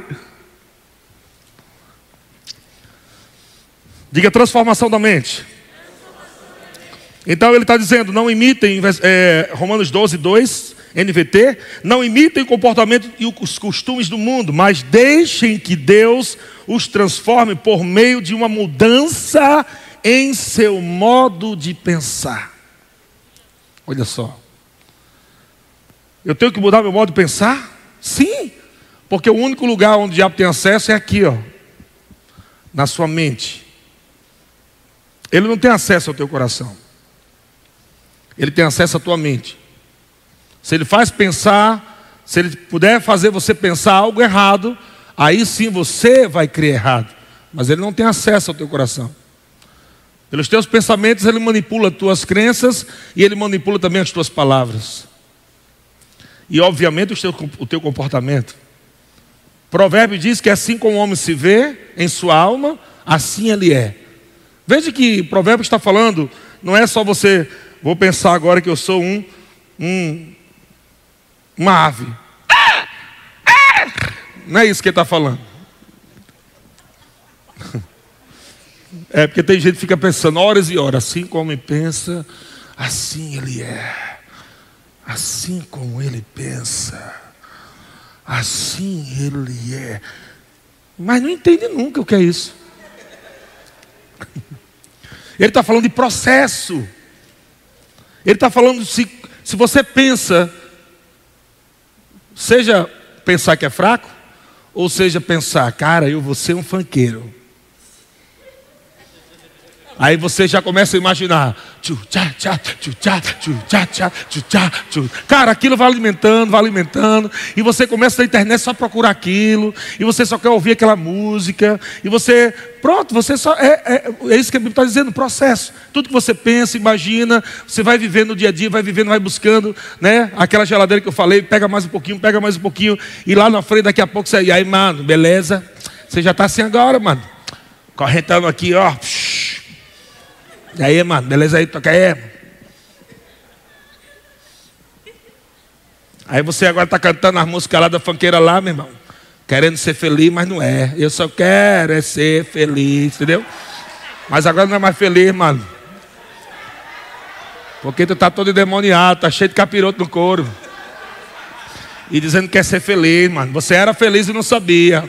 Diga: transformação da mente. Então ele está dizendo: não imitem, Romanos 12, 2, NVT, não imitem o comportamento e os costumes do mundo, mas deixem que Deus os transforme por meio de uma mudança em seu modo de pensar. Olha só. Eu tenho que mudar meu modo de pensar? Sim. Porque o único lugar onde o diabo tem acesso é aqui, ó, na sua mente. Ele não tem acesso ao teu coração. Ele tem acesso à tua mente. Se ele faz pensar, se ele puder fazer você pensar algo errado, aí sim você vai crer errado. Mas ele não tem acesso ao teu coração. Pelos teus pensamentos ele manipula as tuas crenças e ele manipula também as tuas palavras. E obviamente o teu comportamento. Provérbio diz que assim como o homem se vê em sua alma, assim ele é. Veja que o provérbio está falando, não é só você, vou pensar agora que eu sou uma ave. Não é isso que ele está falando. É porque tem gente que fica pensando horas e horas, assim como ele pensa, assim ele é. Assim como ele pensa, assim ele é. Mas não entende nunca o que é isso. Ele está falando de processo. Ele está falando se você pensa, seja pensar que é fraco, ou seja pensar, cara, eu vou ser um funkeiro. Aí você já começa a imaginar. Cara, aquilo vai alimentando. E você começa na internet só a procurar aquilo. E você só quer ouvir aquela música. E você, pronto, você só. É isso que a Bíblia está dizendo, processo. Tudo que você pensa, imagina, você vai vivendo no dia a dia, vai vivendo, vai buscando, né? Aquela geladeira que eu falei, pega mais um pouquinho. E lá na frente, daqui a pouco você. E aí, mano, beleza? Você já está assim agora, mano. Correntando aqui, ó. E aí, mano, beleza aí, toca aí. Aí você agora está cantando as músicas lá da funkeira lá, meu irmão. Querendo ser feliz, mas não é. Eu só quero ser feliz, entendeu? Mas agora não é mais feliz, mano. Porque tu tá todo endemoniado, tá cheio de capiroto no couro. E dizendo que quer ser feliz, mano. Você era feliz e não sabia.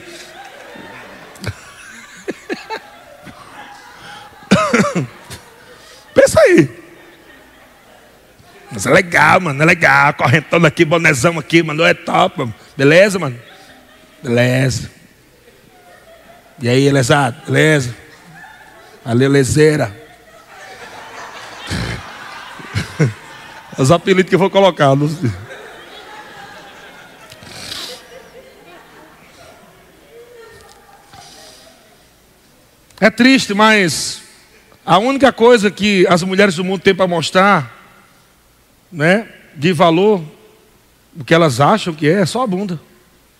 Pensa aí. Mas é legal, mano, é legal. Correntando aqui, bonezão aqui, mano, é top, mano. Beleza, mano? Beleza. E aí, lesado? Beleza? Valeu, lezeira. Os apelidos que eu vou colocar. É triste, mas a única coisa que as mulheres do mundo têm para mostrar, né, de valor, o que elas acham que é só a bunda. Não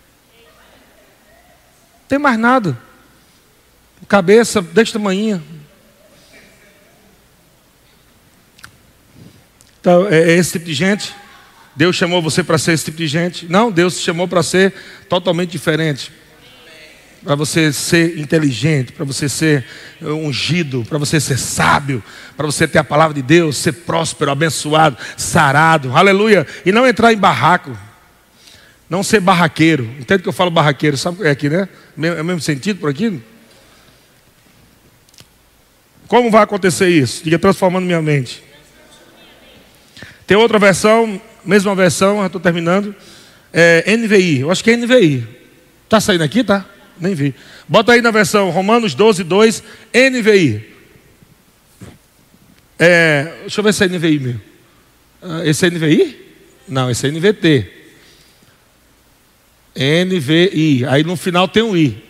tem mais nada. Cabeça desse tamanho. Então, é esse tipo de gente. Deus chamou você para ser esse tipo de gente? Não, Deus te chamou para ser totalmente diferente. Para você ser inteligente, para você ser ungido, para você ser sábio, para você ter a palavra de Deus, ser próspero, abençoado, sarado, aleluia. E não entrar em barraco, não ser barraqueiro. Entende que eu falo barraqueiro? Sabe o que é aqui, né? É o mesmo sentido por aqui? Como vai acontecer isso? Diga, transformando minha mente. Tem outra versão, mesma versão, já estou terminando. NVI, eu acho que é NVI. Está saindo aqui, tá? Nem vi. Bota aí na versão Romanos 12, 2, NVI. Deixa eu ver se é NVI mesmo. Esse é NVI? Não, esse é NVT. NVI. Aí no final tem um I.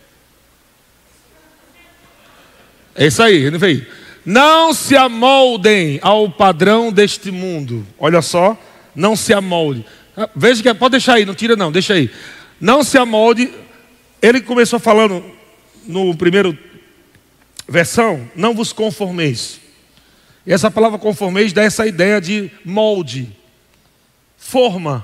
É isso aí, NVI. Não se amoldem ao padrão deste mundo. Olha só, não se amolde. Veja que pode deixar aí, não tira não, deixa aí. Não se amolde. Ele começou falando no primeiro versão, não vos conformeis. E essa palavra conformeis dá essa ideia de molde, forma.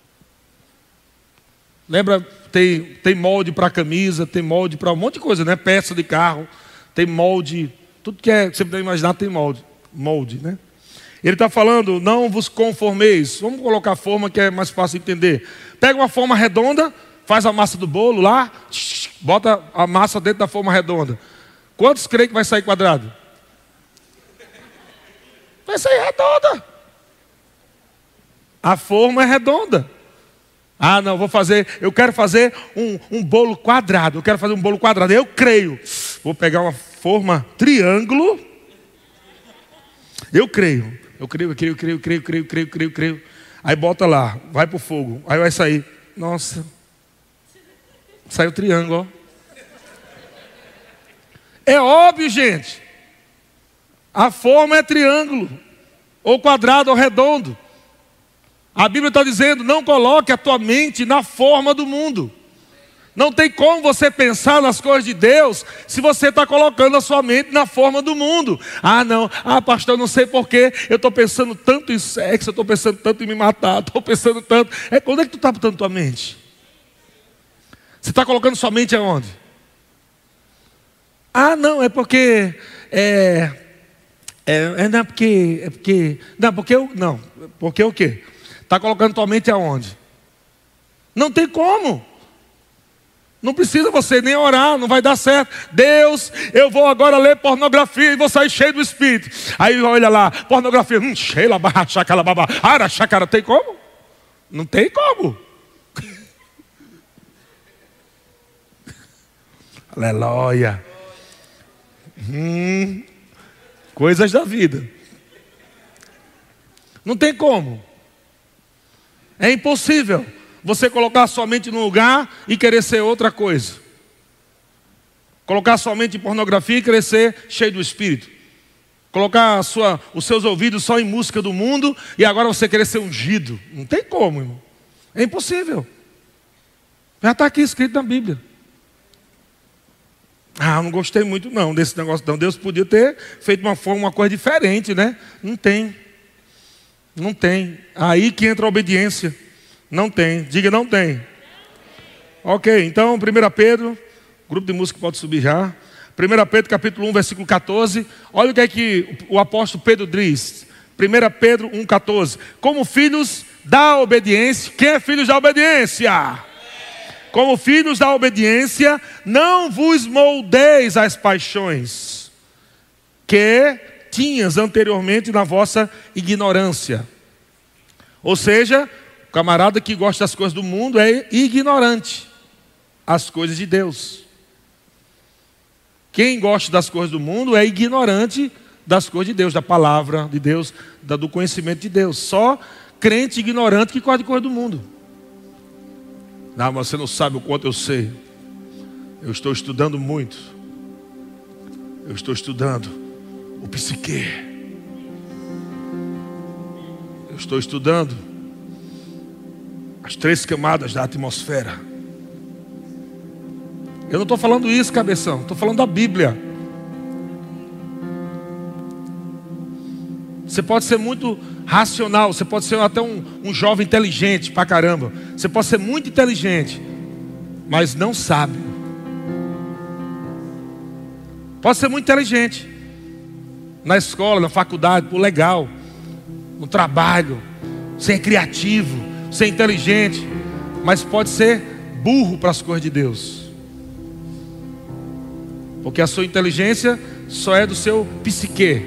Lembra, tem molde para camisa, tem molde para um monte de coisa, né? Peça de carro, tem molde, tudo que você puder imaginar tem molde, né? Ele está falando, não vos conformeis. Vamos colocar a forma que é mais fácil de entender. Pega uma forma redonda, faz a massa do bolo lá, bota a massa dentro da forma redonda. Quantos creem que vai sair quadrado? Vai sair redonda. A forma é redonda. Ah, não, eu quero fazer um bolo quadrado. Eu quero fazer um bolo quadrado. Eu creio. Vou pegar uma forma triângulo. Eu creio. Aí bota lá, vai pro fogo. Aí vai sair. Nossa. Saiu triângulo, ó. É óbvio, gente. A forma é triângulo. Ou quadrado ou redondo. A Bíblia está dizendo, não coloque a tua mente na forma do mundo. Não tem como você pensar nas coisas de Deus se você está colocando a sua mente na forma do mundo. Ah, não. Ah, pastor, não sei porquê. Eu estou pensando tanto em sexo, eu estou pensando tanto em me matar, estou pensando tanto. Quando é que tu está botando tua mente? Você está colocando sua mente aonde? Ah, não, é porque... não, porque o quê? Está colocando tua mente aonde? Não tem como. Não precisa você nem orar, não vai dar certo. Deus, eu vou agora ler pornografia e vou sair cheio do Espírito. Aí olha lá, pornografia, cheila, barra, chacala, babá, ara, chacara, tem como? Não tem como. Aleluia. Coisas da vida. Não tem como. É impossível você colocar sua mente num lugar e querer ser outra coisa. Colocar sua mente em pornografia e querer ser cheio do Espírito. Colocar os seus ouvidos só em música do mundo e agora você querer ser ungido. Não tem como, irmão. É impossível. Já está aqui escrito na Bíblia. Ah, não gostei muito não desse negócio não. Deus podia ter feito uma coisa diferente, né? Não tem. Não tem. Aí que entra a obediência. Não tem. Diga, não tem. Ok, então 1 Pedro, grupo de música pode subir já. 1 Pedro capítulo 1, versículo 14. Olha o que é que o apóstolo Pedro diz. 1 Pedro 1, 14. Como filhos da obediência. Quem é filhos da obediência? Como filhos da obediência, não vos moldeis às paixões que tinhas anteriormente na vossa ignorância. Ou seja, o camarada que gosta das coisas do mundo é ignorante às coisas de Deus. Quem gosta das coisas do mundo é ignorante das coisas de Deus, da palavra de Deus, do conhecimento de Deus. Só crente ignorante que gosta de coisa do mundo. Não, mas você não sabe o quanto eu sei. Eu estou estudando muito. Eu estou estudando o psique. Eu estou estudando as 3 camadas da atmosfera. Eu não estou falando isso, cabeção. Estou falando da Bíblia. Você pode ser muito racional. Você pode ser até um jovem inteligente pra caramba. Você pode ser muito inteligente, mas não sábio. Pode ser muito inteligente na escola, na faculdade, por legal, no trabalho, ser criativo, ser inteligente, mas pode ser burro para as coisas de Deus. Porque a sua inteligência só é do seu psique.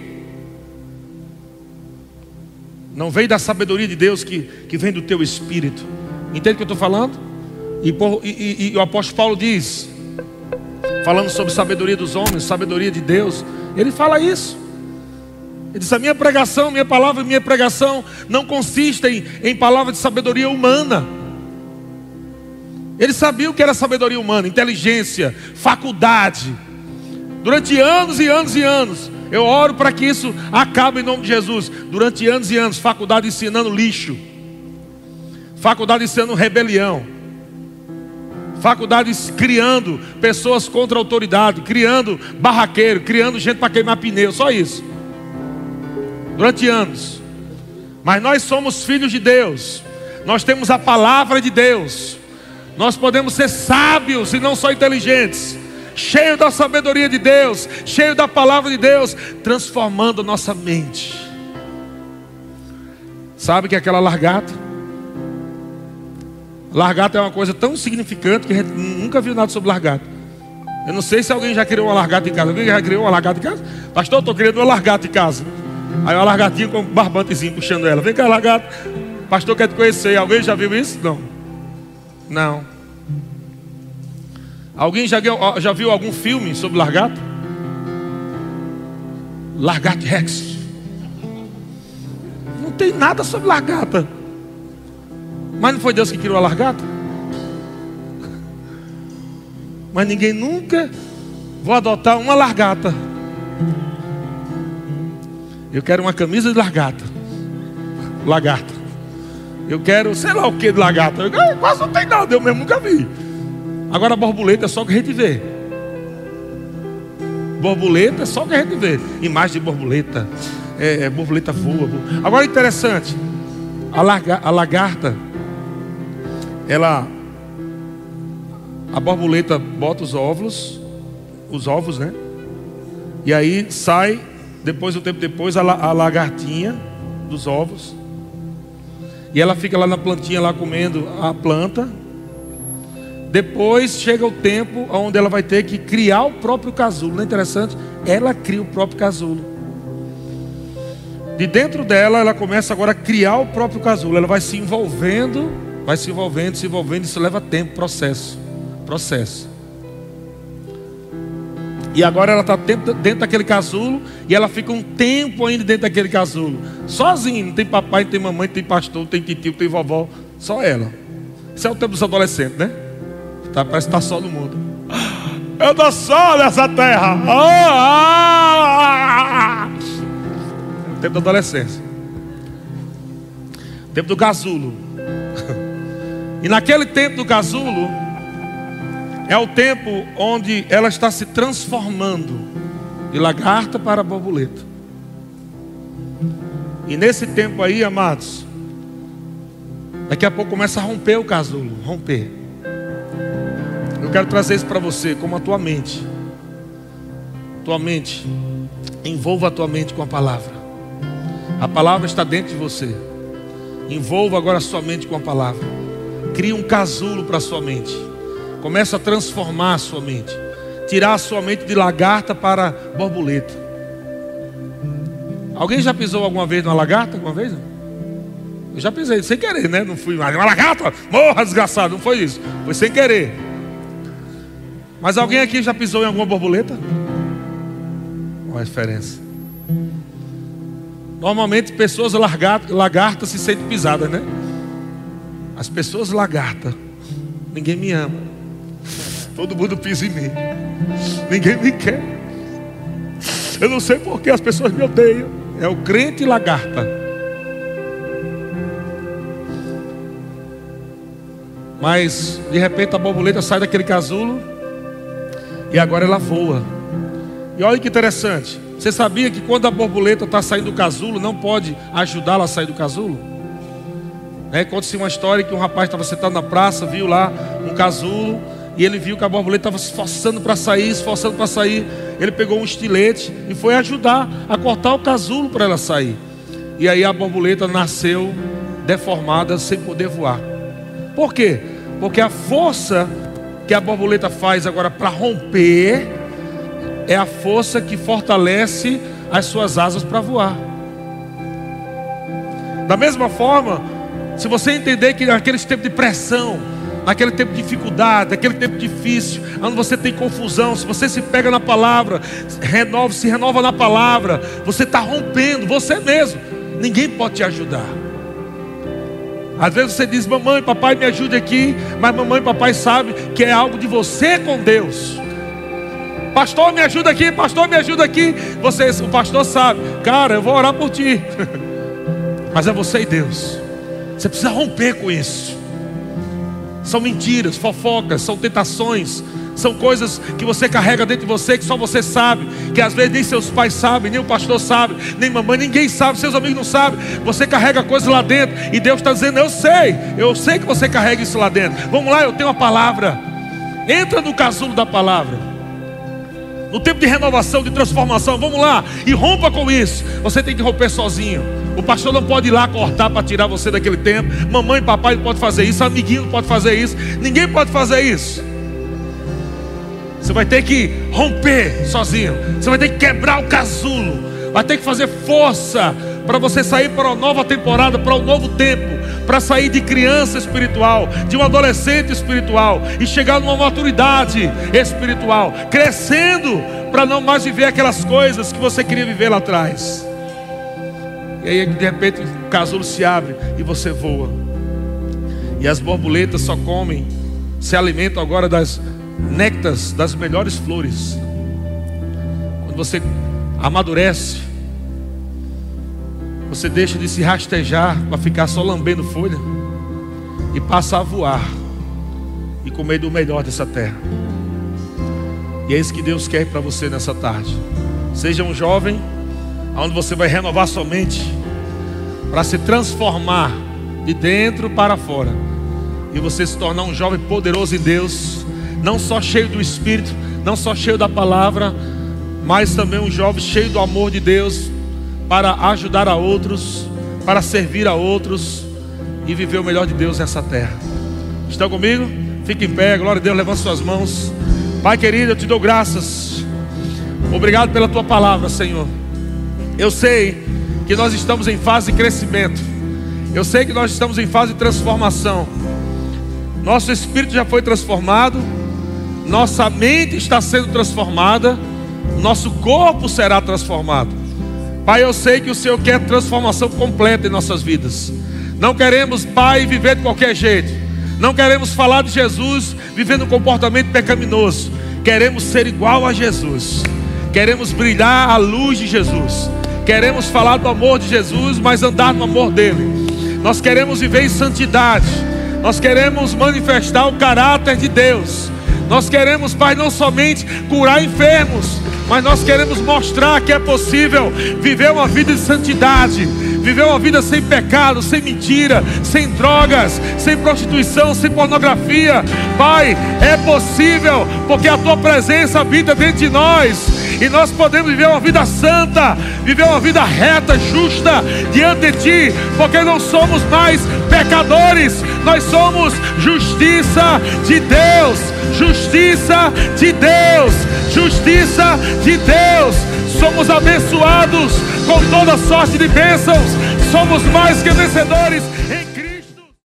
Não vem da sabedoria de Deus que vem do teu espírito. Entende o que eu estou falando? E o apóstolo Paulo diz, falando sobre sabedoria dos homens, sabedoria de Deus, ele fala isso. Ele diz, a minha pregação, minha palavra, minha pregação não consistem em palavras de sabedoria humana. Ele sabia o que era sabedoria humana, inteligência, faculdade. Durante anos e anos e anos, eu oro para que isso acabe em nome de Jesus. Durante anos e anos, faculdade ensinando lixo, faculdade ensinando rebelião, faculdades criando pessoas contra a autoridade, criando barraqueiro, criando gente para queimar pneu, só isso. Durante anos. Mas nós somos filhos de Deus. Nós temos a palavra de Deus. Nós podemos ser sábios e não só inteligentes, cheio da sabedoria de Deus, cheio da palavra de Deus, transformando a nossa mente. Sabe que é aquela largata? Largata é uma coisa tão significante que a gente nunca viu nada sobre largata. Eu não sei se alguém já criou uma largata em casa. Alguém já criou uma largata em casa? Pastor, eu estou criando uma largata em casa. Aí uma largatinha com um barbantezinho puxando ela. Vem cá, largata. Pastor quer te conhecer. Alguém já viu isso? Não. Não. Alguém já viu algum filme sobre largata? Largata Rex. Não tem nada sobre largata. Mas não foi Deus que criou a lagarta? Mas ninguém nunca... Vou adotar uma lagarta. Eu quero uma camisa de lagarta. Lagarta. Eu quero, sei lá o que de lagarta. Quase não tem nada, eu mesmo nunca vi. Agora a borboleta é só o que a gente vê. Borboleta é só o que a gente vê. Imagem de borboleta. Borboleta voa. Agora interessante. A lagarta, a borboleta bota os ovos, né? E aí sai, depois, um tempo depois, a lagartinha dos ovos. E ela fica lá na plantinha, lá comendo a planta. Depois chega o tempo onde ela vai ter que criar o próprio casulo. Não é interessante? Ela cria o próprio casulo. De dentro dela, ela começa agora a criar o próprio casulo. Ela vai se envolvendo. Isso leva tempo, processo. E agora ela está dentro daquele casulo. E ela fica um tempo ainda dentro daquele casulo, sozinha. Não tem papai, não tem mamãe, não tem pastor, não tem titio, não tem vovó. Só ela. Isso é o tempo dos adolescentes, né? Parece que está só no mundo. Eu estou só nessa terra. É o tempo da adolescência. O tempo do casulo. E naquele tempo do casulo é o tempo onde ela está se transformando de lagarta para borboleta. E nesse tempo aí, amados, daqui a pouco começa a romper o casulo. Romper. Eu quero trazer isso para você, como a tua mente. Tua mente. Envolva a tua mente com a palavra. A palavra está dentro de você. Envolva agora a sua mente com a palavra. Crie um casulo para a sua mente. Começa a transformar a sua mente. Tirar a sua mente de lagarta para borboleta. Alguém já pisou alguma vez numa lagarta? Alguma vez? Eu já pisei, sem querer, né? Não fui mais uma lagarta, morra desgraçado. Não foi isso, foi sem querer. Mas alguém aqui já pisou em alguma borboleta? Qual a diferença? Normalmente pessoas lagartas se sentem pisadas, né? As pessoas lagarta, ninguém me ama. Todo mundo pisa em mim. Ninguém me quer. Eu não sei porque as pessoas me odeiam. É o crente lagarta. Mas de repente a borboleta sai daquele casulo e agora ela voa. E olha que interessante. Você sabia que quando a borboleta está saindo do casulo, não pode ajudá-la a sair do casulo? Conta-se uma história que um rapaz estava sentado na praça, viu lá um casulo, e ele viu que a borboleta estava se esforçando para sair. Ele pegou um estilete e foi ajudar a cortar o casulo para ela sair. E aí a borboleta nasceu deformada, sem poder voar. Por quê? Porque a força que a borboleta faz agora para romper é a força que fortalece as suas asas para voar. Da mesma forma, se você entender que naqueles tempos de pressão, naquele tempo de dificuldade, naquele tempo difícil, onde você tem confusão, se você se pega na palavra, se renova na palavra, você está rompendo, você mesmo. Ninguém pode te ajudar. Às vezes você diz: mamãe, papai, me ajude aqui. Mas mamãe e papai sabem que é algo de você com Deus. Pastor, me ajuda aqui, pastor, me ajuda aqui. O pastor sabe: cara, eu vou orar por ti. Mas é você e Deus. Você precisa romper com isso. São mentiras, fofocas, são tentações, são coisas que você carrega dentro de você, que só você sabe, que às vezes nem seus pais sabem, nem o pastor sabe, nem mamãe, ninguém sabe, seus amigos não sabem. Você carrega coisas lá dentro e Deus está dizendo: eu sei que você carrega isso lá dentro. Vamos lá, eu tenho a palavra. Entra no casulo da palavra. No tempo de renovação, de transformação, vamos lá e rompa com isso. Você tem que romper sozinho. O pastor não pode ir lá cortar para tirar você daquele tempo. Mamãe e papai não pode fazer isso. Amiguinho não pode fazer isso. Ninguém pode fazer isso. Você vai ter que romper sozinho. Você vai ter que quebrar o casulo. Vai ter que fazer força para você sair para uma nova temporada, para um novo tempo, para sair de criança espiritual, de um adolescente espiritual e chegar numa maturidade espiritual, crescendo para não mais viver aquelas coisas que você queria viver lá atrás. E aí de repente o casulo se abre e você voa. E as borboletas só se alimentam agora das néctares das melhores flores. Quando você amadurece, você deixa de se rastejar para ficar só lambendo folha e passa a voar e comer do melhor dessa terra. E é isso que Deus quer para você nessa tarde. Seja um jovem, onde você vai renovar sua mente para se transformar de dentro para fora e você se tornar um jovem poderoso em Deus, não só cheio do Espírito, não só cheio da palavra, mas também um jovem cheio do amor de Deus, para ajudar a outros, para servir a outros e viver o melhor de Deus nessa terra. Estão comigo? Fique em pé, glória a Deus, levante suas mãos. Pai querido, eu te dou graças. Obrigado pela tua palavra, Senhor. Eu sei que nós estamos em fase de crescimento. Eu sei que nós estamos em fase de transformação. Nosso espírito já foi transformado, nossa mente está sendo transformada, nosso corpo será transformado. Pai, eu sei que o Senhor quer transformação completa em nossas vidas. Não queremos, Pai, viver de qualquer jeito. Não queremos falar de Jesus vivendo um comportamento pecaminoso. Queremos ser igual a Jesus. Queremos brilhar a luz de Jesus. Queremos falar do amor de Jesus, mas andar no amor dele. Nós queremos viver em santidade. Nós queremos manifestar o caráter de Deus. Nós queremos, Pai, não somente curar enfermos, mas nós queremos mostrar que é possível viver uma vida de santidade, viver uma vida sem pecado, sem mentira, sem drogas, sem prostituição, sem pornografia. Pai, é possível, porque a tua presença habita dentro de nós, e nós podemos viver uma vida santa, viver uma vida reta, justa diante de ti, porque não somos mais pecadores, nós somos justiça de Deus, justiça de Deus, justiça de Deus. Somos abençoados com toda sorte de bênçãos, somos mais que vencedores em